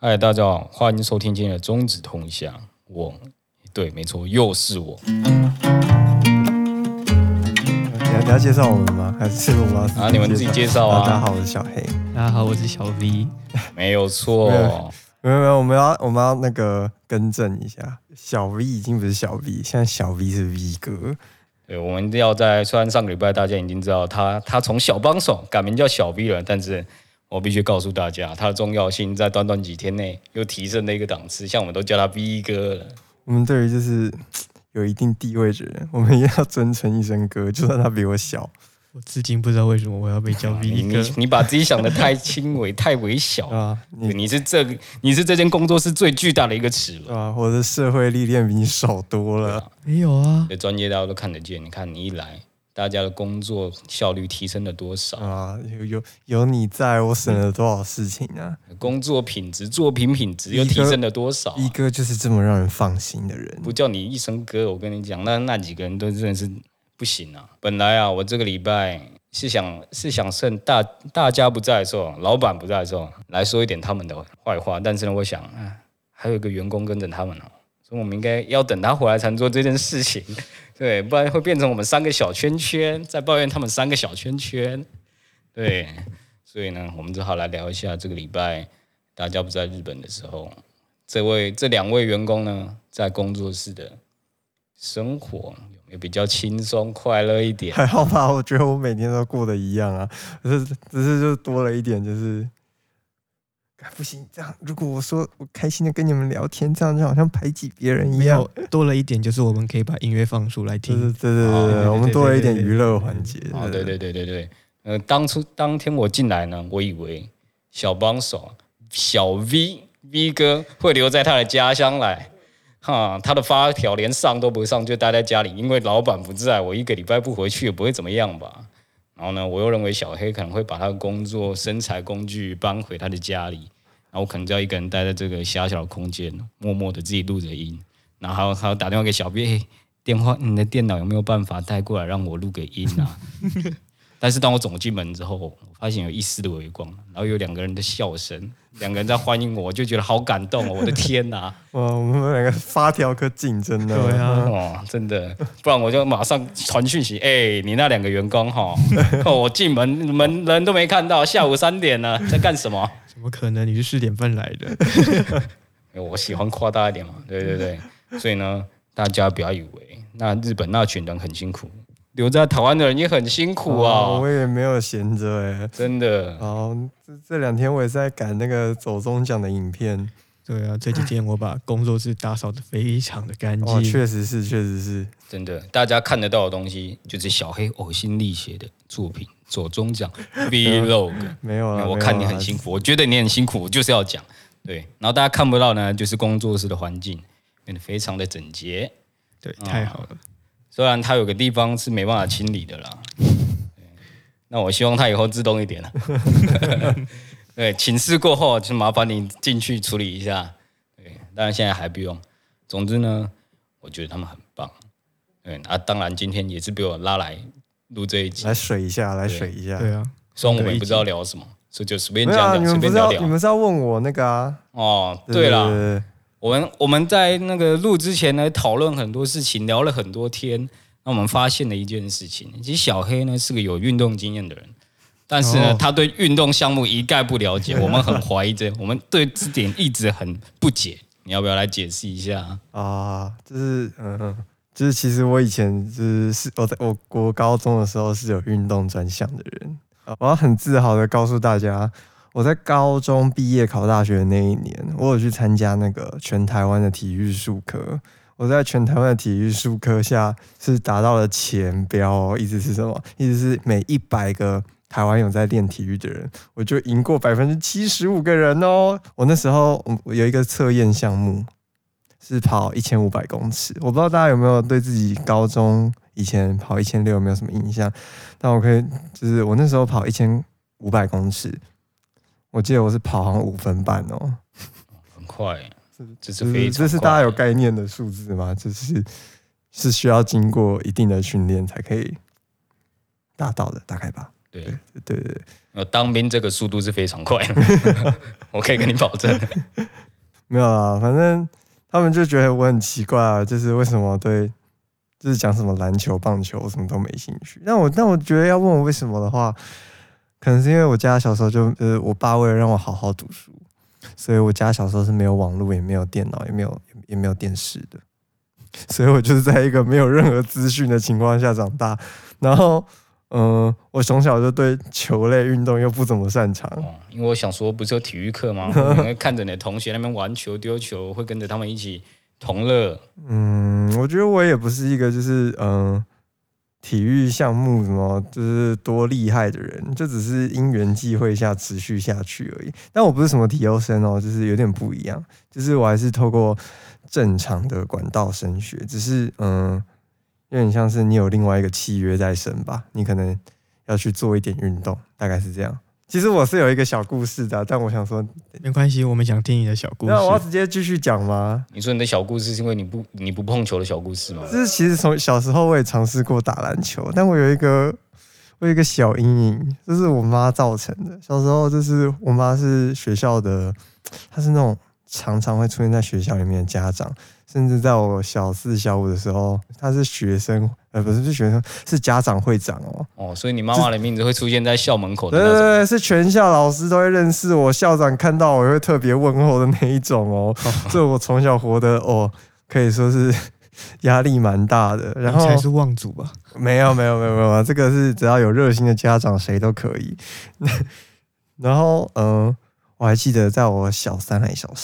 嗨，大家好，欢迎收听今天的中指通一下。对，没错，又是我。 你要介绍我们吗？还是我们要你们自己介绍啊。 大家好，我是小黑。 大家好，我是小 V。 没有错， 没有，我们要那个更正一下，小 V 已经不是小 V，现在小 V 是 V 哥。 对，我们要虽然上个礼拜大家已经知道他从小帮手改名叫小 V 了，但是我必须告诉大家，它的重要性在短短几天内又提升了一个档次，像我们都叫他 V 哥了。 我们对于就是有一定地位的人，我们也要尊称一声哥，就算他比我小。 我至今不知道为什么我要被叫 V 哥。 你把自己想得太轻微、太微小啊！你是这间工作室最巨大的一个齿轮啊！我的社会历练比你少多了。 没有啊， 专业大家都看得见。你看你一来，大家的工作效率提升了多少啊？有你在，我省了多少事情啊？ 工作品质、作品品质又提升了多少 ？V 哥就是这么让人放心的人， 不叫你一声哥，我跟你讲，那几个人都真的是不行啊！本来啊，我这个礼拜是想趁大家不在的时候，老板不在的时候来说一点他们的坏话，但是呢，我想还有一个员工跟着他们所以我们应该要等他回来才能做这件事情，对，不然会变成我们3个小圈圈在抱怨他们3个小圈圈，对，所以呢，我们只好来聊一下这个礼拜大家不在日本的时候，这2位员工呢在工作室的生活有没有比较轻松快乐一点？ 还好吧，我觉得我每天都过得一样啊，只是就多了一点，就是不行，这样如果我说我开心的跟你们聊天，这样就好像排挤别人一样。 多了一点就是我们可以把音乐放出来听。 对，我们多了一点娱乐环节。 对。当天我进来呢，我以为小帮手小 V 哥会留在他的家乡来。他的发条连上都不上，就待在家里，因为老板不在，我1个礼拜不回去也不会怎么样吧。然后呢，我又认为小黑可能会把他的工作、生财工具搬回他的家里，然后我可能就要一个人待在这个狭小的空间，默默的自己录着音，然后还要打电话给小 B， 你的电脑有没有办法带过来让我录个音啊？但是当我走进门之后，我发现有一丝的微光，然后有2个人的笑声，2个人在欢迎我，我就觉得好感动哦！我的天哪！ 哇，我们2个发条可竞争的， 对啊， 哇，真的，不然我就马上传讯息，你那2个员工我进门人都没看到，下午3点了，在干什么？ 怎么可能？你是4点半来的？ 我喜欢夸大一点嘛，对，所以呢，大家不要以为那日本那群人很辛苦。留在台湾的人也很辛苦啊， 我也没有闲着真的。 这2天我也是在赶那个走中奖的影片。 对啊，这几天我把工作室打扫得非常的干净。 确实是， 真的。大家看得到的东西，就是小黑呕心沥血的作品，走中奖 Vlog。 没有了， 我看你很辛苦，我觉得你很辛苦，我就是要讲。对，然后大家看不到呢，就是工作室的环境变得非常的整洁。 对，太好了。 虽然它有个地方是没办法清理的啦，那我希望它以后自动一点了。对，请示过后就麻烦你进去处理一下。对，当然现在还不用。总之呢，我觉得他们很棒。对当然今天也是被我拉来录这一集， 来水一下。 对啊， 虽然我们也不知道聊什么，所以就随便讲，随便聊聊。 你们是要问我那个啊？ 对啦。我们在那个录之前呢，讨论很多事情，聊了很多天。那我们发现了一件事情，其实小黑呢是个有运动经验的人，但是呢，他对运动项目一概不了解。我们很怀疑我们对这点一直很不解。你要不要来解释一下啊？就是其实我以前就是我国高中的时候是有运动专项的人。我要很自豪的告诉大家。我在高中毕业考大学的那一年，我有去参加那个全台湾的体育术科。我在全台湾的体育术科下是达到了前标，意思是什么？意思是每100个台湾有在练体育的人，我就赢过75%个人哦。我那时候我有一个测验项目是跑1500公尺，我不知道大家有没有对自己高中以前跑1600有没有什么印象？但我可以，就是我那时候跑1500公尺。我记得我是跑好像5分半哦， 很快，这是非常快。 这是大家有概念的数字吗？是需要经过一定的训练才可以达到的，大概吧。 对， 当兵这个速度是非常快的，我可以跟你保证。 没有啦，反正他们就觉得我很奇怪啊，就是为什么对，就是讲什么篮球、棒球，我什么都没兴趣。但我觉得要问我为什么的话，可能是因为我家小时候我爸为了让我好好读书，所以我家小时候是没有网络，也没有电脑，也没有电视的，所以我就是在一个没有任何资讯的情况下长大。然后，我从小就对球类运动又不怎么擅长。 因为我想说，不是有体育课吗？你会看着你的同学那边玩球、丢球，会跟着他们一起同乐。 我觉得我也不是一个就是体育项目什么就是多厉害的人，就只是因缘际会下持续下去而已。但我不是什么体优生哦，就是有点不一样，就是我还是透过正常的管道升学，只是有点像是你有另外一个契约在身吧，你可能要去做一点运动，大概是这样。其实我是有一个小故事的，但我想说没关系，我们想听你的小故事。 那我要直接继续讲吗？ 你说你的小故事是因为你不碰球的小故事吗？ 就是其实从小时候我也尝试过打篮球，但我有一个小阴影，就是我妈造成的。小时候就是我妈是学校的，她是那种常常会出现在学校里面的家长，甚至在我小4、小5的时候，她是学生，不是学生，是家长会长哦。 哦，所以你妈妈的名字会出现在校门口的那种。 对，是全校老师都会认识我，校长看到我会特别问候的那一种哦。所以我从小活得可以说是压力蛮大的。然后你才是望族吧？ 没有，这个是只要有热心的家长谁都可以。然后我还记得在我小3还小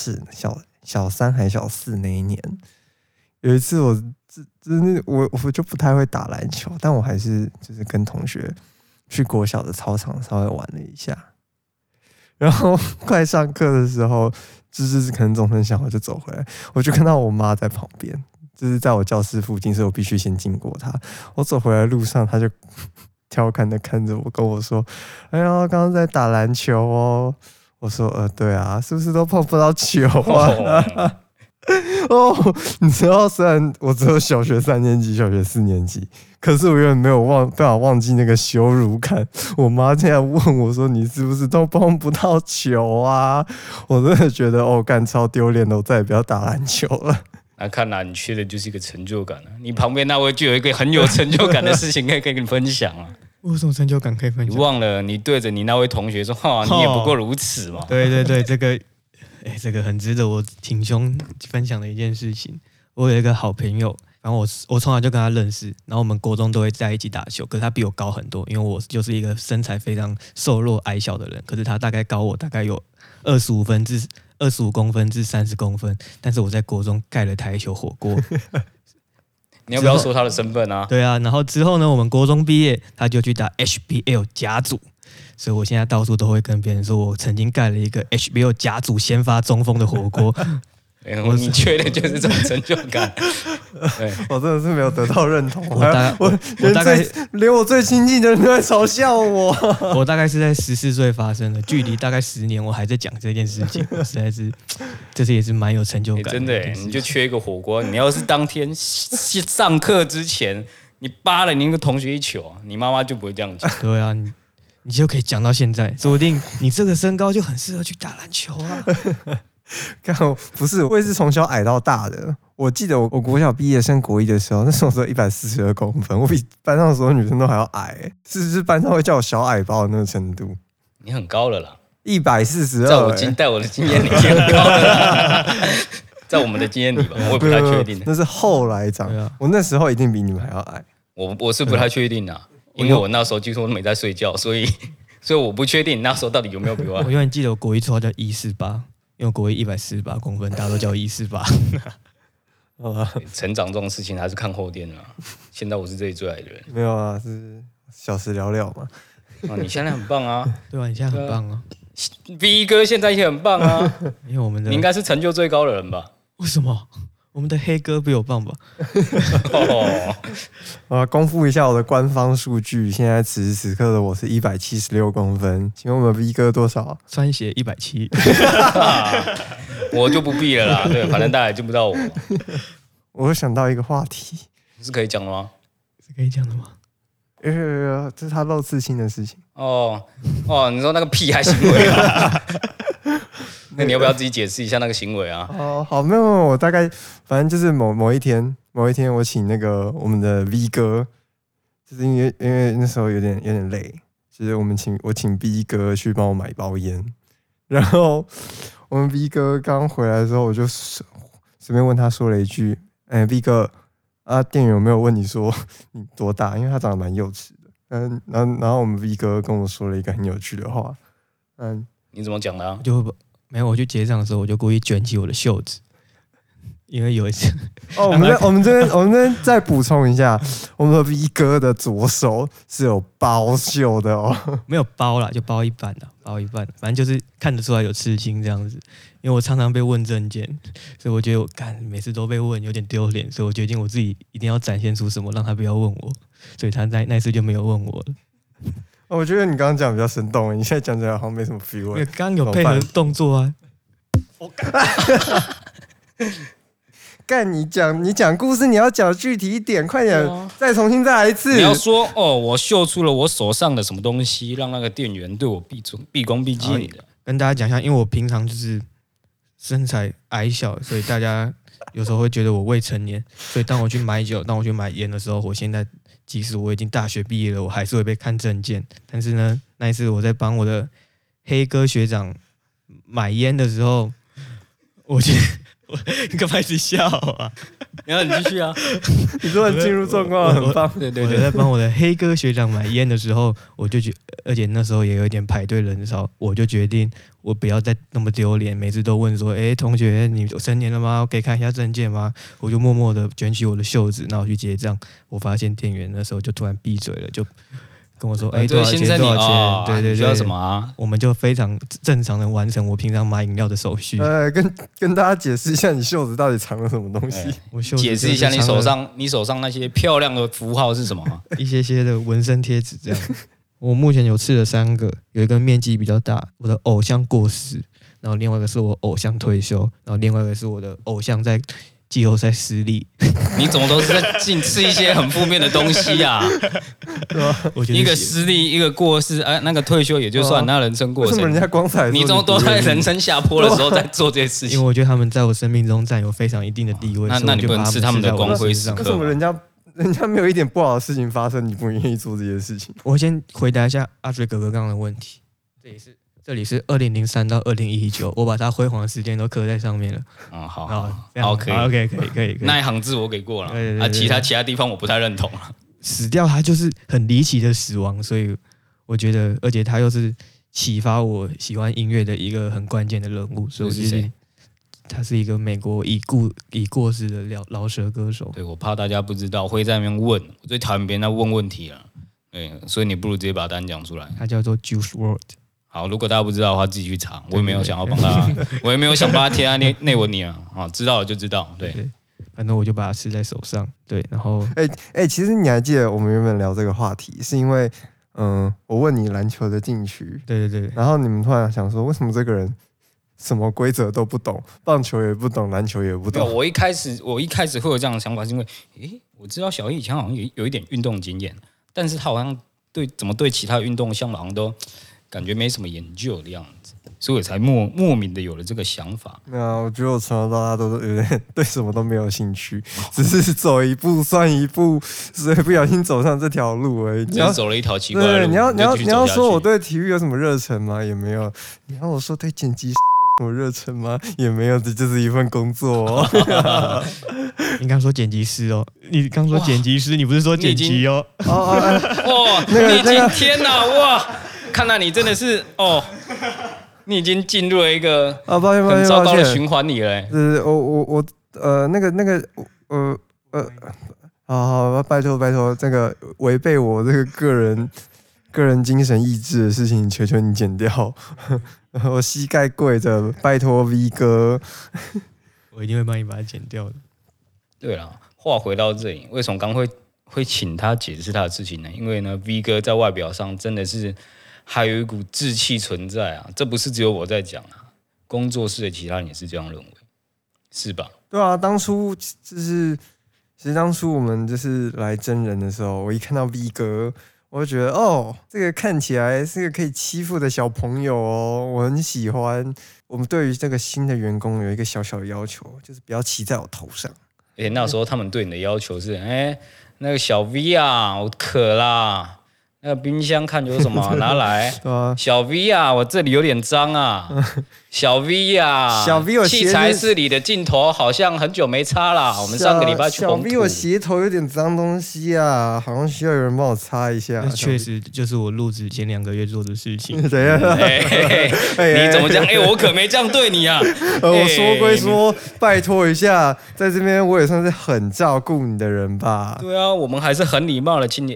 4那一年，有一次我就不太会打篮球，但我还是就是跟同学去国小的操场稍微玩了一下，然后快上课的时候，就是可能钟声响我就走回来，我就看到我妈在旁边，就是在我教室附近，所以我必须先经过她。我走回来的路上，她就调侃的看着我，跟我说：“哎呀，刚刚在打篮球哦。”我说：“对啊，是不是都碰不到球啊？”你知道，虽然我只有小学3年级、小学4年级，可是我永远没有办法忘记那个羞辱感。我妈竟然问我说：“你是不是都碰不到球啊？”我真的觉得干超丢脸的，我再也不要打篮球了。 那看来你缺的就是一个成就感啊！你旁边那位就有一个很有成就感的事情可以跟你分享啊！ 我有什么成就感可以分享？ 你忘了你对着你那位同学说：“你也不过如此嘛。” 对，这个很值得我挺胸分享的一件事情。我有一个好朋友，然后我从小就跟他认识，然后我们国中都会在一起打球。可是他比我高很多，因为我就是一个身材非常瘦弱矮小的人。可是他大概高我大概有25公分至30公分，但是我在国中盖了台球火锅。 你要不要说他的身份啊？ 对啊，然后之后呢，我们国中毕业，他就去打 HBL 甲组。所以我现在到处都会跟别人说，我曾经盖了一个 HBO 甲组先发中锋的火锅。 你缺的就是这种成就感。对， 我真的是没有得到认同。 我大概连我最亲近的人都在嘲笑我。 我大概是在14岁发生的，距离大概10年，我还在讲这件事情，实在是，这是也是蛮有成就感的。 真的，你就缺一个火锅。你要是当天上课之前，你扒了你那个同学一球，你妈妈就不会这样讲。 对啊，你就可以讲到现在，说不定你这个身高就很适合去打篮球啊。 不是，我也是从小矮到大的。我记得我国小毕业升国1的时候，那时候只有142公分，我比班上所有女生都还要矮，是班上会叫我小矮包的那个程度。 你很高了啦 ，142。 在我的经验里，很高了啦。在我们的经验里吧，我也不太确定。 那是后来长，我那时候一定比你们还要矮。 我是不太确定啊，因为我那时候据说没在睡觉，所以我不确定那时候到底有没有比我矮。 我永远记得我国1绰号叫148。因为国1 148公分，大家都叫我148。 成长这种事情还是看后天啊。现在我是这里最矮的人。 没有啊，是小时聊聊嘛。 你现在很棒啊。 对啊，你现在很棒啊。 V 哥现在也很棒啊。 因为我们的你应该是成就最高的人吧？ 为什么？我们的黑哥比我棒吧？ 公布一下我的官方数据，现在此时此刻的我是176公分，请问我们 V 哥多少？ 穿鞋170。 我就不必了啦，对，反正大家也见不到我。 我想到一个话题， 是可以讲的吗？ 是可以讲的吗？ 这是他露刺青的事情。 你说那个屁孩行为啊？ 那你要不要自己解释一下那个行为啊？ 哦，好，没有，我大概反正就是某一天，我请那个我们的 V 哥，就是因为那时候有点累，就是我请 V 哥去帮我买包烟，然后我们 V 哥刚回来的时候，我就随便问他说了一句：，V 哥啊，店员有没有问你说你多大？因为他长得蛮幼稚的。然后我们 V 哥跟我说了一个很有趣的话， 你怎么讲的啊？ 没有，我去结账的时候，我就故意卷起我的袖子，因为有一次， 哦，我们这边再补充一下，我们的 V 哥的左手是有包袖的哦， 没有包啦，就包一半的，反正就是看得出来有刺青这样子。因为我常常被问证件，所以我觉得每次都被问有点丢脸，所以我决定我自己一定要展现出什么，让他不要问我，所以他那次就没有问我了。 我觉得你刚刚讲比较生动，你现在讲起来好像没什么 feel。 因为刚刚有配合动作啊。 干你讲故事，你要讲具体一点，快点，再重新再来一次。 你要说哦，我秀出了我手上的什么东西，让那个店员对我毕恭毕敬的。 跟大家讲一下，因为我平常就是身材矮小，所以大家有时候会觉得我未成年。所以当我去买酒、当我去买烟的时候，我现在即使我已经大学毕业了，我还是会被看证件。但是呢，那一次我在帮我的黑哥学长买烟的时候，我觉得你干嘛一直笑啊？ 然后你继续啊， 你突然进入状况，很棒。 对， 我在帮我的黑哥学长买烟的时候，我就而且那时候也有一点排队人潮，我就决定我不要再那么丢脸，每次都问说：“同学，你成年了吗？可以看一下证件吗？”我就默默的卷起我的袖子，然后去结账。我发现店员那时候就突然闭嘴了，就跟我说：“多少钱？多少钱？”对， 需要什么啊？ 我们就非常正常的完成我平常买饮料的手续。 跟大家解释一下，你袖子到底藏了什么东西？ 我袖子解释一下你手上那些漂亮的符号是什么？ 一些的纹身贴纸这样。我目前有刺了3个，有一个面积比较大，我的偶像过世，然后另外一个是我偶像退休，然后另外一个是我的偶像在季后赛失利。 你怎么都是在刺一些很负面的东西啊？一个失利，一个过世，那个退休也就算，那人生过程， 为什么人家光彩？ 你都在人生下坡的时候在做这些事情？ 因为我觉得他们在我生命中占有非常一定的地位。 那你不能吃他们的光辉时刻？ 为什么人家没有一点不好的事情发生，你不愿意做这些事情？ 我先回答一下阿水哥哥刚刚的问题。这里是2003到2019，我把他辉煌的时间都刻在上面了。 好，可以 ，OK，可以。 那一行字我给过了， 对， 其他地方我不太认同了。 死掉他就是很离奇的死亡，所以我觉得，而且他又是启发我喜欢音乐的一个很关键的人物，所以我觉得他是一个美国已过世的饶舌歌手。 对，我怕大家不知道，会在那边问，我最讨厌别人在问问题了。对，所以你不如直接把答案讲出来。 他叫做 Juice WRLD。 好，如果大家不知道的话，自己去查。我也没有想要帮他，我也没有想帮他贴在内文里啊。知道了就知道。对， 反正我就把它刺在手上。对，然后其实你还记得我们原本聊这个话题，是因为我问你篮球的禁区， 对， 然后你们突然想说，为什么这个人什么规则都不懂，棒球也不懂，篮球也不懂？ 我一开始会有这样的想法，是因为我知道小易以前好像有一点运动经验，但是他好像怎么对其他运动项目好像都感觉没什么研究的样子，所以我才莫名的有了这个想法。 我觉得我从小到大都有点对什么都没有兴趣，只是走一步算一步，所以不小心走上这条路而已。 只是走了一条奇怪的路。 你要说我对体育有什么热忱吗？也没有。你要我说对剪辑有什么热忱吗？也没有，这就是一份工作哦。 你刚说剪辑师哦，你刚说剪辑师，你不是说剪辑哦？ 哇，你已经天哪哇！看来你真的是你已经进入了一个很糟糕的循环里了。 好，拜托，这个违背我这个个人精神意志的事情，求求你剪掉。我膝盖跪着，拜托 V 哥， 我一定会帮你把它剪掉的。 对了，话回到这里，为什么刚会请他解释他的事情呢？因为呢 ，V 哥在外表上真的是还有一股志气存在啊，这不是只有我在讲啊，工作室的其他人也是这样认为，是吧？ 对啊，其实当初我们就是来真人的时候，我一看到 V 哥， 我就觉得哦，这个看起来是个可以欺负的小朋友哦，我很喜欢。我们对于这个新的员工有一个小小的要求，就是不要骑在我头上。 那时候他们对你的要求是，那个小 V 啊，我渴啦。那个冰箱看有什么拿来。小 V 啊，我这里有点脏啊。小 V 啊， 小 V 我器材室里的镜头好像很久没擦啦。我们上个礼拜去小 V 我鞋头有点脏东西啊，好像需要有人帮我擦一下。 确实就是我入职前2个月做的事情。 怎样？ 你怎么讲？我可没这样对你啊。 我说归说，拜托一下，在这边我也算是很照顾你的人吧。 对啊，我们还是很礼貌的，请你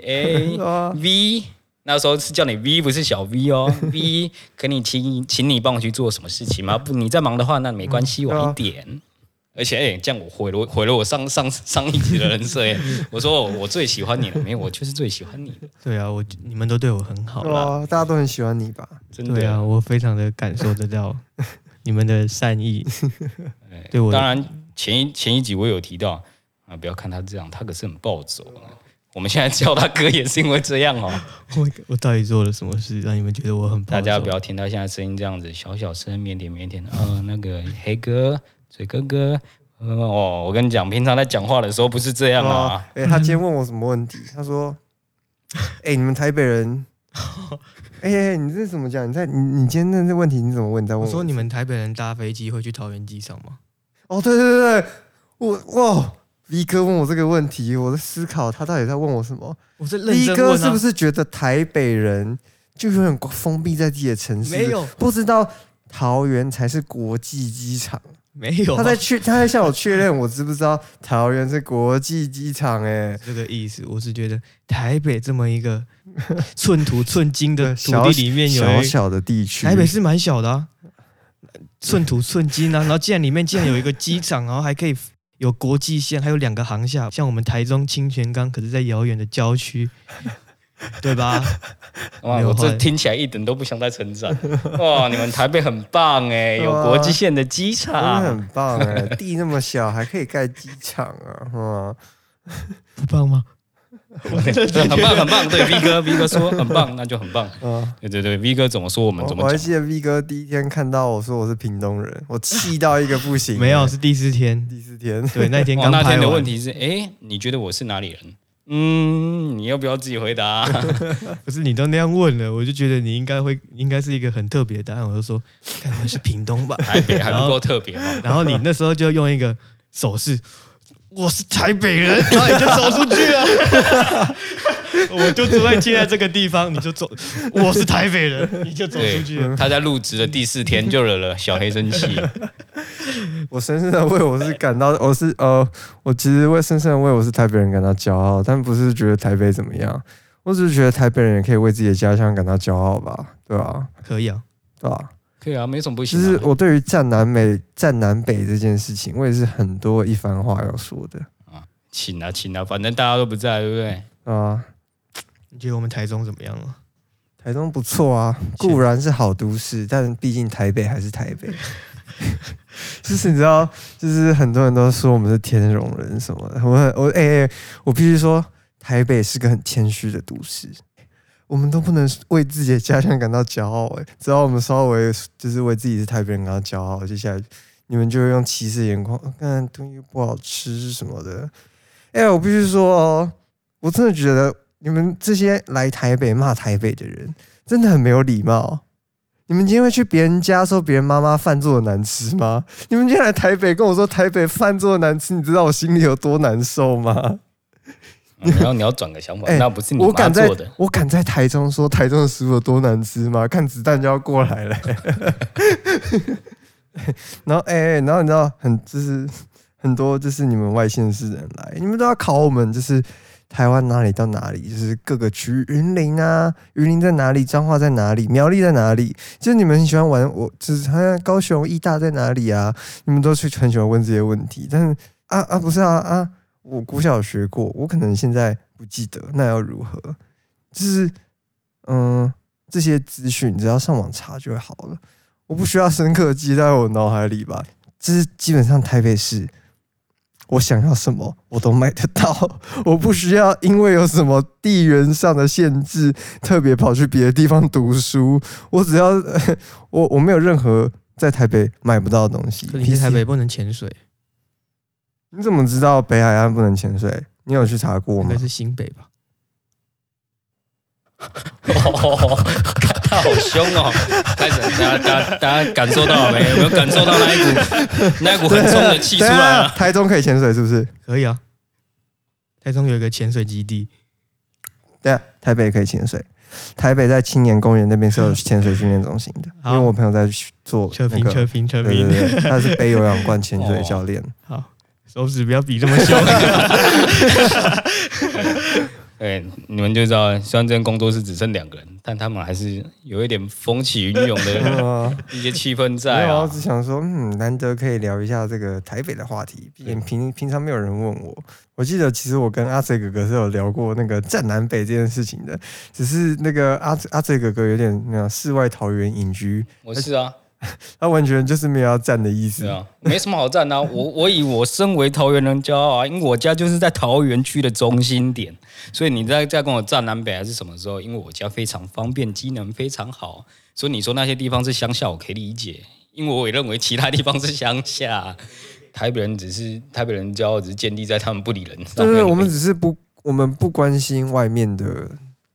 V。那时候是叫你 V， 不是小 V 哦。V， 可你请你帮我去做什么事情吗？不，你在忙的话，那没关系，晚一点。而且这样我毁了我上一集的人设。我说我最喜欢你了，没有，我就是最喜欢你的。 对啊，你们都对我很好啦。 大家都很喜欢你吧？ 真的。 对啊，我非常的感受得到你们的善意。对我， 当然前一集我有提到啊，不要看他这样，他可是很暴走。我们现在叫他哥也是因为这样哦。 我到底做了什么事让你们觉得我很暴走？ 大家不要听他现在声音这样子，小声、腼腆的。那个黑哥、嘴哥哥，我跟你讲，平常在讲话的时候不是这样啊。 他今天问我什么问题？他说：“你们台北人，你这是怎么讲？你今天那问题你怎么问？你再问我。” 我说：“你们台北人搭飞机会去桃园机场吗？” 哦，对，哇。V 哥问我这个问题，我在思考他到底在问我什么。 我是认真问 V 哥是不是觉得台北人就永远封闭在自己的城市？ 没有， 不知道桃园才是国际机场。 没有， 他在向我确认我知不知道桃园是国际机场？ 这个意思。我是觉得台北这么一个寸土寸金的土地里面有小小的地区， 台北是蛮小的啊，寸土寸金啊。然后里面竟然有一个机场，然后还可以有国际线，还有2个航厦，像我们台中清泉岗，可是在遥远的郊区，对吧？ 哇，我这听起来一点都不像在称赞。哇，你们台北很棒有国际线的机场， 真的很棒地那么小还可以盖机场啊， 不棒吗？ 很棒，对 V 哥说很棒，那就很棒。对 V 哥怎么说我们怎么讲。 我还记得 V 哥第一天看到我说我是屏东人，我气到一个不行。 没有，是第4天。对，那天刚拍完。 那天的问题是，你觉得我是哪里人？你要不要自己回答？ 不是，你都那样问了，我就觉得你应该是一个很特别的答案。我就说，该不会是屏东吧？ 台北还不够特别吗？ 然后你那时候就用一个手势。我是台北人，然后你就走出去了。我就坐在现在这个地方，你就走。我是台北人，你就走出去了。 他在入职的第4天就惹了小黑生气。 我深深的为我其实为深深的为我是台北人感到骄傲，但不是觉得台北怎么样，我只是觉得台北人也可以为自己的家乡感到骄傲吧，对吧？ 可以啊， 对吧？ 可以啊，没什么不行。 就是我对于站南北这件事情，我也是很多一番话要说的啊。请啊，反正大家都不在，对不对？ 你觉得我们台中怎么样了？ 台中不错啊，固然是好都市，但毕竟台北还是台北。就是你知道，就是很多人都说我们是天龙人什么的，我必须说，台北是个很谦虚的都市。我们都不能为自己的家乡感到骄傲只要我们稍微就是为自己是台北人感到骄傲，接下来你们就会用歧视的眼光，看东西不好吃什么的。我必须说我真的觉得你们这些来台北骂台北的人真的很没有礼貌。你们今天会去别人家说别人妈妈饭做的难吃吗？你们今天来台北跟我说台北饭做的难吃，你知道我心里有多难受吗？ 你要转个想法，那不是你妈做的。 我敢在台中说台中的食物有多难吃吗？看子弹就要过来了。然后你知道很多就是你们外县市人来，你们都要考我们，就是台湾哪里到哪里，就是各个区域，云林在哪里，彰化在哪里，苗栗在哪里，就是你们很喜欢玩，就是高雄义大在哪里啊？你们都是很喜欢问这些问题，但是不是啊。我国小有学过，我可能现在不记得，那要如何？就是这些资讯只要上网查就会好了，我不需要深刻记在我脑海里吧。就是基本上台北市我想要什么我都买得到，我不需要因为有什么地缘上的限制，特别跑去别的地方读书。我只要我没有任何在台北买不到的东西。 可你在台北不能潜水， 你怎么知道北海岸不能潜水？你有去查过吗？ 应该是新北吧？ 他好凶哦！开始，大家感受到了没？有没有感受到那一股很冲的气出来了？ 台中可以潜水是不是？ 可以啊，台中有一个潜水基地。 对啊，台北也可以潜水。台北在青年公园那边是有潜水训练中心的，因为我朋友在做车评， 对，他是背有氧罐潜水教练。 好，手指不要比这么凶。 对，你们就知道，虽然这间工作室只剩2个人，但他们还是有一点风起云涌的一些气氛在啊。 我只想说，难得可以聊一下这个台北的话题，毕竟平常没有人问我。我记得其实我跟阿贼哥哥是有聊过那个站南北这件事情的，只是那个阿贼哥哥有点那世外桃源隐居。 我是啊。 他完全就是没有要站的意思， 对啊，没什么好站啊。我以我身为桃园人骄傲啊，因为我家就是在桃园区的中心点，所以你在跟我站南北还是什么时候？因为我家非常方便，机能非常好，所以你说那些地方是乡下，我可以理解，因为我也认为其他地方是乡下。台北人骄傲，只是建立在他们不理人上面。 对，我们只是我们不关心外面的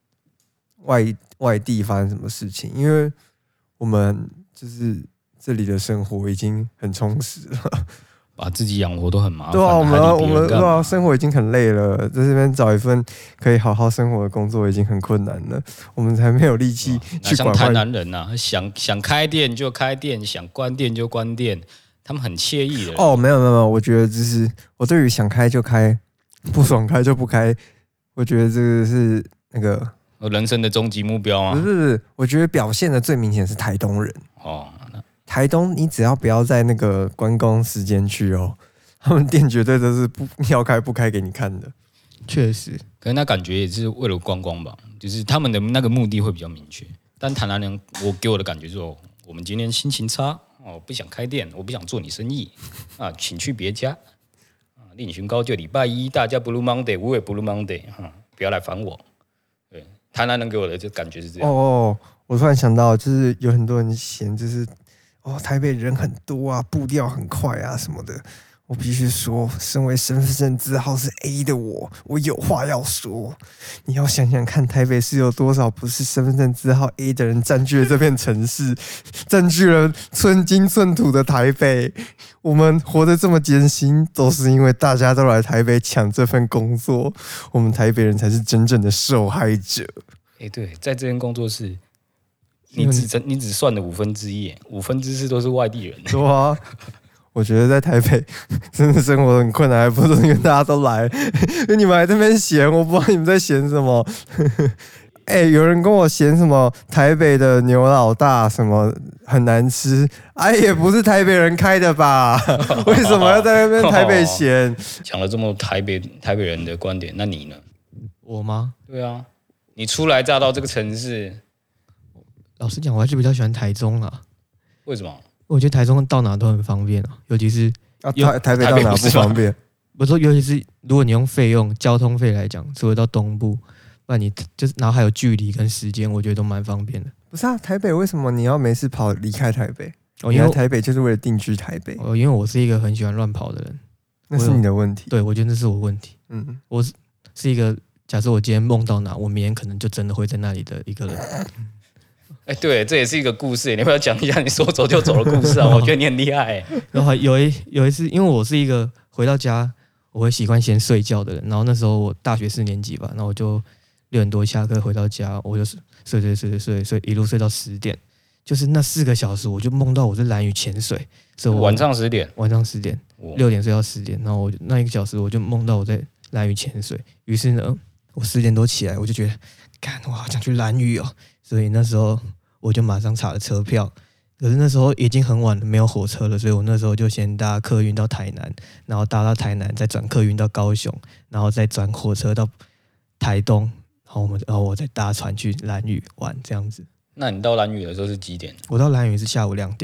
外地发生什么事情，因为我们就是这里的生活已经很充实了， 把自己养活都很麻烦。 对啊，我们对啊，生活已经很累了，在这边找一份可以好好生活的工作已经很困难了，我们才没有力气去管。 像台南人啊，想开店就开店，想关店就关店，他们很惬意的。 哦，没有，我觉得就是我对于想开就开，不爽开就不开，我觉得这个是那个。 人生的终极目标吗？ 不是，我觉得表现的最明显是台东人。台东你只要不要在那个关公时间去哦，他们店绝对都是要开不开给你看的。 确实， 可能他感觉也是为了观光吧，就是他们的那个目的会比较明确。但台南人，给我的感觉是，我们今天心情差不想开店，我不想做你生意啊，请去别家啊。另寻高就礼拜一，大家 Blue Monday， 我也 Blue Monday 不要来烦我。对，台南人给我的就感觉是这样。 我突然想到，就是有很多人嫌，就是台北人很多啊，步调很快啊什么的。我必须说，身为身份证字号是 A 的我有话要说。你要想想看，台北市有多少不是身份证字号 A 的人占据了这片城市，占据了寸金寸土的台北。我们活得这么艰辛，都是因为大家都来台北抢这份工作。我们台北人才是真正的受害者。 对，在这间工作室，你只算了1/5，4/5都是外地人。 对啊。我觉得在台北真的生活很困难，还不是因为大家都来，因为你们还在那边嫌，我不知道你们在嫌什么。有人跟我嫌什么台北的牛老大什么很难吃，也不是台北人开的吧？为什么要在那边台北嫌？ 讲了这么台北人的观点，那你呢？ 我吗？ 对啊，你初来乍到这个城市， 老实讲，我还是比较喜欢台中啊。 为什么？ 我觉得台中到哪都很方便啊，尤其是台北到哪不方便？ 我说，尤其是如果你用交通费来讲，除了到东部，不然你就是然后还有距离跟时间，我觉得都蛮方便的。 不是啊，台北为什么你要没事跑离开台北？因为台北就是为了定居台北。 因为我是一个很喜欢乱跑的人， 那是你的问题。 对，我觉得那是我问题。我是一个假设我今天梦到哪，我明天可能就真的会在那里的一个人。 对，这也是一个故事，你要不要讲一下你说走就走的故事啊？我觉得你很厉害。 然后有一次，因为我是一个回到家我会习惯先睡觉的人，然后那时候我大学4年级吧，然后我就6点多下课回到家，我就睡，一路睡到10点，就是那4个小时，我就梦到我在兰屿潜水，所以晚上10点 ，6点睡到10点，然后我那1个小时我就梦到我在兰屿潜水，于是呢，我10点多起来，我就觉得，我好想去兰屿哦，所以那时候我就马上查了车票，可是那时候已经很晚了，没有火车了，所以我那时候就先搭客运到台南，然后搭到台南，再转客运到高雄，然后再转火车到台东，然后我再搭船去兰屿玩这样子。 那你到兰屿的时候是几点？ 我到兰屿是下午2点。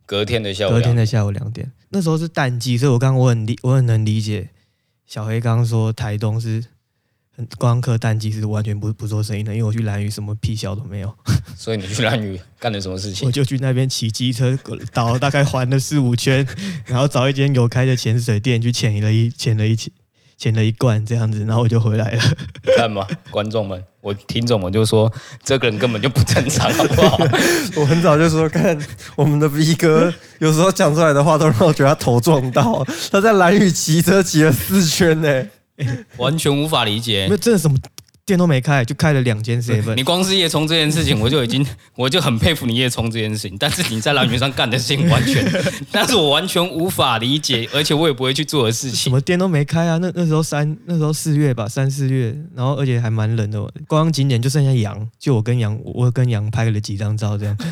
隔天的下午， 隔天的下午2点，那时候是淡季，所以我很能理解小黑刚刚说台东是观光客淡季是完全不做生意的，因为我去兰屿什么屁小都没有。 所以你去兰屿干了什么事情？ 我就去那边骑机车岛，大概环了4-5圈，然后找一间有开的潜水店去潜了一罐这样子，然后我就回来了。 看嘛，观众们，听众们就说这个人根本就不正常，好不好？ 我很早就说，看我们的 V 哥，有时候讲出来的话都让我觉得他头撞到。他在兰屿骑车骑了4圈呢， 完全无法理解。 没有，真的什么店都没开，就开了2间 7。 你光是夜冲这件事情，我就很佩服你夜冲这件事情。但是你在兰屿上干的事情但是我完全无法理解，而且我也不会去做的事情。 什么店都没开啊！那时候4月吧，3、4月，然后而且还蛮冷的。观光景点就剩下羊，就我跟羊拍了几张照这样。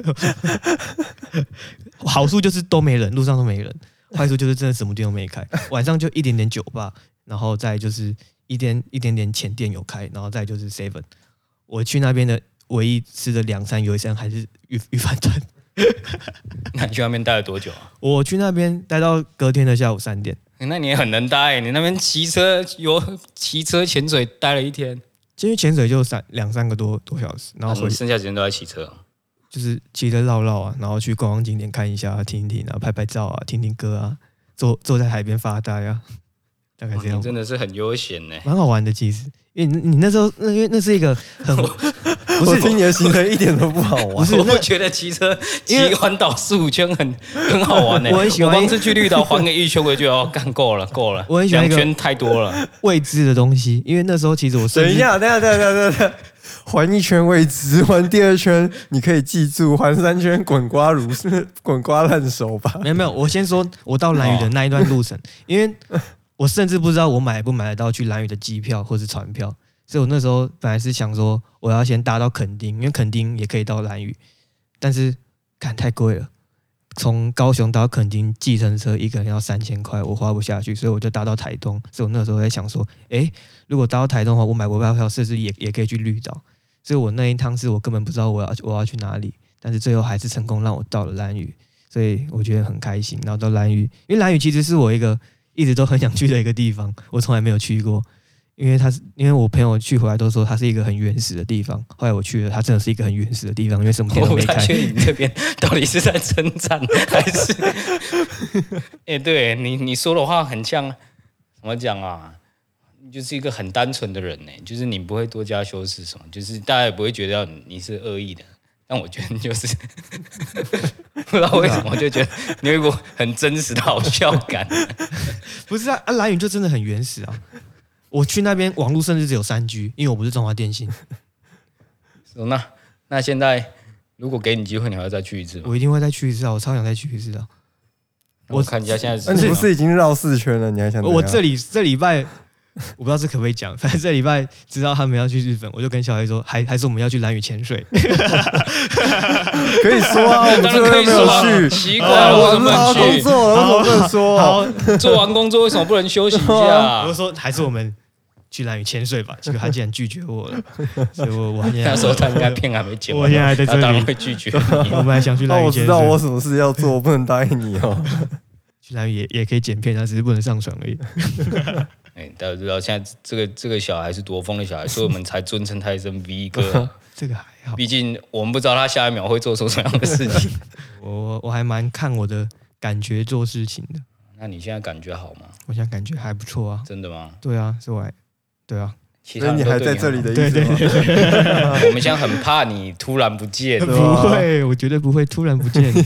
好处就是都没人，路上都没人；坏处就是真的什么店都没开。晚上就一点点酒吧，然后再就是一点点浅店有开，然后再就是 Seven。我去那边的唯一吃的2餐有一餐还是鱼饭团。 那你去那边待了多久啊？ 我去那边待到隔天的下午3点。 那你也很能待，你那边骑车潜水待了1天， 因为潜水就2-3个多小时，然后剩下时间都在骑车。 就是骑着绕啊，然后去观光景点看一下、听一听啊、拍照啊、听听歌啊，坐在海边发呆啊，大概这样。 你真的是很悠闲呢， 蛮好玩的其实。因为你那时候，因为那是一个很不是我听你的行程一点都不好玩。 不是， 我不觉得骑车骑环岛4-5圈很好玩呢。 我很喜欢， 我光是去绿岛环个1圈，我就觉得干够了。 我很喜欢 2圈太多了， 未知的东西。因为那时候其实我等一下，环1圈未知，环第2圈你可以记住，环3圈滚瓜烂熟吧。 没有，我先说我到兰屿的那一段路程，因为我甚至不知道我买不买得到去兰屿的机票或是船票，所以我那时候本来是想说我要先搭到垦丁，因为垦丁也可以到兰屿，但是看太贵了，从高雄到垦丁计程车一个人要3000块，我花不下去，所以我就搭到台东。所以我那时候在想说，如果搭到台东的话，我买国票是不是也可以去绿岛？所以我那一趟是我根本不知道我要去哪里，但是最后还是成功让我到了兰屿，所以我觉得很开心。然后到兰屿，因为兰屿其实是我一个一直都很想去的一个地方，我从来没有去过。因为我朋友去回来都说它是一个很原始的地方，后来我去了，它真的是一怎么原始的地方，因为什么店都没开。 我不太确定你这边到底是在称赞还是？对你说的话很像，怎么讲啊？你就是一个很单纯的人呢，就是你不会多加修饰什么，就是大家也不会觉得你是恶意的。但我觉得你就是不知道为什么，我就觉得你有一股很真实的好笑感。 不是啊，兰屿就真的很原始啊。我去那边网络甚至只有3G，因为我不是中华电信。 那现在如果给你机会，你还要再去一次吗？ 我一定会再去一次啊！我超想再去一次的。 我看一下现在你不是已经绕4圈了？你还想？ 我这礼拜我不知道这可不可以讲，反正这礼拜知道他们要去日本，我就跟小黑说，还是我们要去兰屿潜水。 可以说啊，我们这边没有去， 奇怪了，我怎么好工作了，我怎么不能说？ 好， 做完工作为什么不能休息一下？ 我就说还是我们去兰屿潜水吧，结果他竟然拒绝我了，所以我那时候他应该片还没剪完， 我现在还在这里， 他当然会拒绝你。 我本来想去兰屿潜水， 我知道我什么事要做，我不能答应你哦。 去兰屿也可以剪片，他只是不能上传而已。 大家知道现在这个小孩是多疯的小孩，所以我们才尊称他一声 V 哥。 这个还好， 毕竟我们不知道他下一秒会做出什么样的事情。 我还蛮看我的感觉做事情的。 那你现在感觉好吗？ 我现在感觉还不错啊。 真的吗？ 对啊，对啊。 所以你还在这里的意思吗？ 对， 我们现在很怕你突然不见。 不会，我绝对不会突然不见。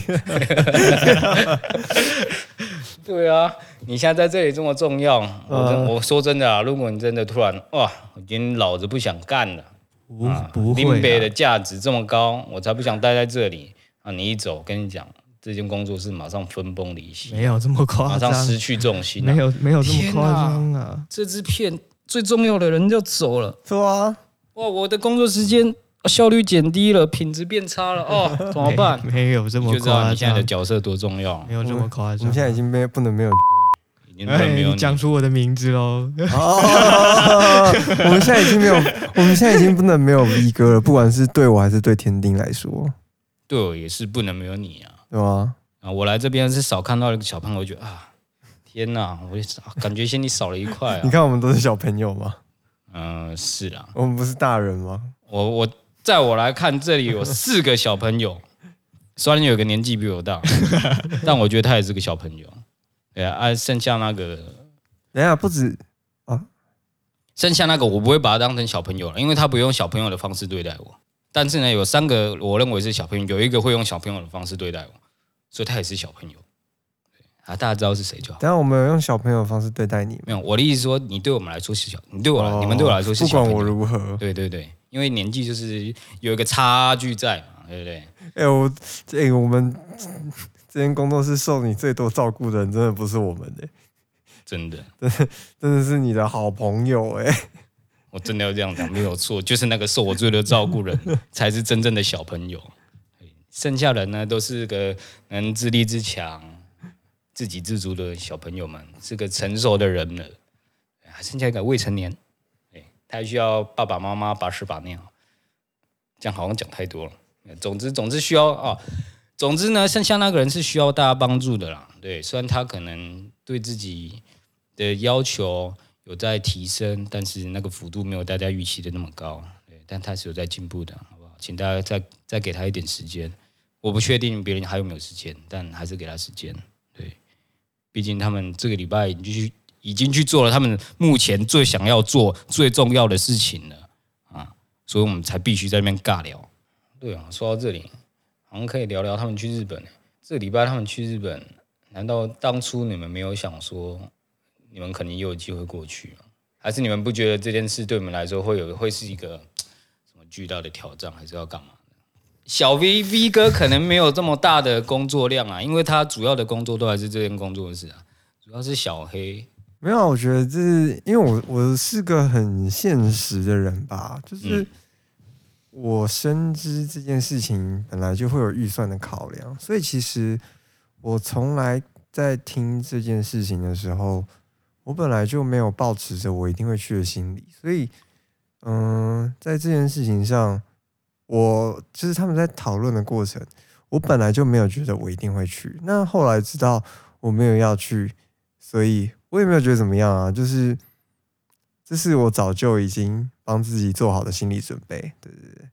对啊，你现在在这里这么重要，我说真的啊，如果你真的突然我已经老子不想干了， 不会， 林北的价值这么高，我才不想待在这里啊！你一走，跟你讲，这间工作室马上分崩离析， 没有这么夸张， 马上失去重心， 没有这么夸张啊！ 这支片最重要的人就走了， 是啊， 哇，我的工作时间效率减低了，品质变差了，怎么办？ 没有这么夸张， 就知道你现在的角色多重要， 没有这么夸张。 我们现在已经不能没有。 你讲出我的名字喽！ 我们现在已经不能没有 V 哥了，不管是对我还是对天丁来说， 对我也是不能没有你啊， 对吗？ 啊，我来这边是少看到一个小朋友，我觉得啊，天哪，我感觉心里少了一块啊。 你看我们都是小朋友吗？ 是啦， 我们不是大人吗？ 在我来看，这里有4个小朋友，虽然有个年纪比我大，但我觉得他也是个小朋友。对啊，剩下那个， 等一下不止啊， 剩下那个我不会把他当成小朋友了，因为他不用小朋友的方式对待我。但是呢，有3个我认为是小朋友，有一个会用小朋友的方式对待我，所以他也是小朋友。啊，大家知道是谁就好。 等一下我们有用小朋友的方式对待你吗？ 没有，我的意思说，你对我们来说是小，你们对我来说是小朋友。 不管我如何， 对，因为年纪就是有一个差距在嘛，对不对？ 我们这间工作室受你最多照顾的人，真的不是我们真的是你的好朋友我真的要这样讲，没有错，就是那个受我最多照顾人，才是真正的小朋友。剩下人呢，都是个能自立自强、自给自足的小朋友们，是个成熟的人了。还剩下一个未成年，他还需要爸爸妈妈把屎把尿。这样好像讲太多了。总之需要啊，总之呢，剩下那个人是需要大家帮助的啦。对，虽然他可能对自己的要求有在提升，但是那个幅度没有大家预期的那么高。对，但他是有在进步的，好不好？请大家再给他一点时间。我不确定别人还有没有时间，但还是给他时间。对，毕竟他们这个礼拜已经去做了他们目前最想要做、最重要的事情了啊，所以我们才必须在那边尬聊。对啊，说到这里，好像可以聊聊他们去日本。这个礼拜他们去日本，难道当初你们没有想说，你们可能也有机会过去吗？还是你们不觉得这件事对你们来说会是一个什么巨大的挑战，还是要干嘛？小 V 哥可能没有这么大的工作量啊，因为他主要的工作都还是这间工作室啊，主要是小黑。 没有，我觉得这是因为我是个很现实的人吧，就是我深知这件事情本来就会有预算的考量，所以其实我从来在听这件事情的时候，我本来就没有抱持着我一定会去的心理，所以在这件事情上。就是他们在讨论的过程，我本来就没有觉得我一定会去。那后来知道我没有要去，所以我也没有觉得怎么样啊。就是这是我早就已经帮自己做好的心理准备。对。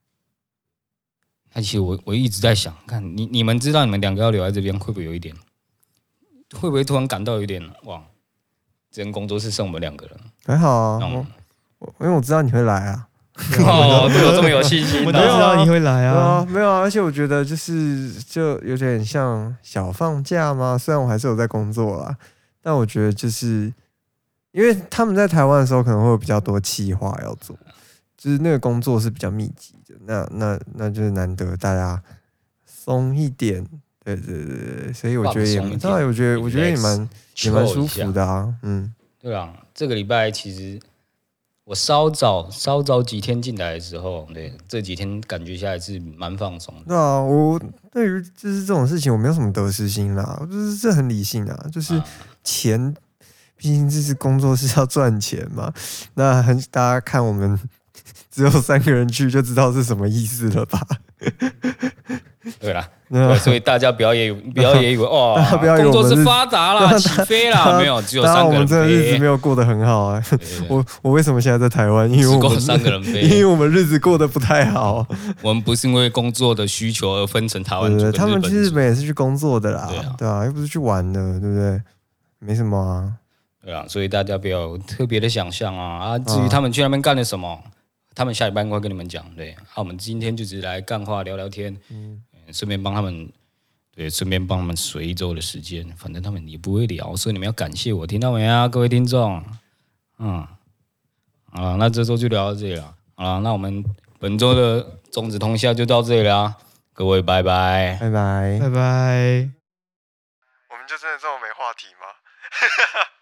那其实我一直在想，看你们知道你们2个要留在这边，会不会有一点？会不会突然感到有点哇？这间工作室剩我们2个人， 还好啊。因为我知道你会来啊。 对我这么有信心， 我都知道你会来啊。 没有啊，而且我觉得就有点像小放假嘛。虽然我还是有在工作啦，但我觉得就是因为他们在台湾的时候可能会有比较多企划要做，就是那个工作是比较密集的。那就是难得大家松一点，对，所以我觉得我觉得也蛮舒服的啊。 对啊，这个礼拜其实。我稍早几天进来的时候，对这几天感觉下来是蛮放松的。 对啊，我对于就是这种事情我没有什么得失心啦，就是这很理性啊，就是钱，毕竟这是工作是要赚钱嘛。那大家看我们只有3个人去就知道是什么意思了吧？ 对啦。所以大家不要也以为哦，工作是發達啦，起飛啦，沒有，只有3個人飛。 我們真的日子沒有過得很好啊。我為什麼現在在台灣？因為我們 3個人飛， 因為我們日子過得不太好。 我們不是因為工作的需求而分成台灣組跟日本組。 他們去日本也是去工作的啦，對啊，又不是去玩的，對不對？沒什麼啊。 對啊，所以大家不要有特別的想象啊。至於他們去那邊幹了什麼，他們下禮拜會跟你們講。對，我們今天就只是來幹話聊聊天。順便幫他們隨一周的時間，反正他們也不會聊，所以你們要感謝我，聽到沒啊，各位聽眾？那這周就聊到這裡了。那我們本周的中子通宵就到這裡啦，各位拜拜， 拜拜， 拜拜。 我們就真的這麼沒話題嗎？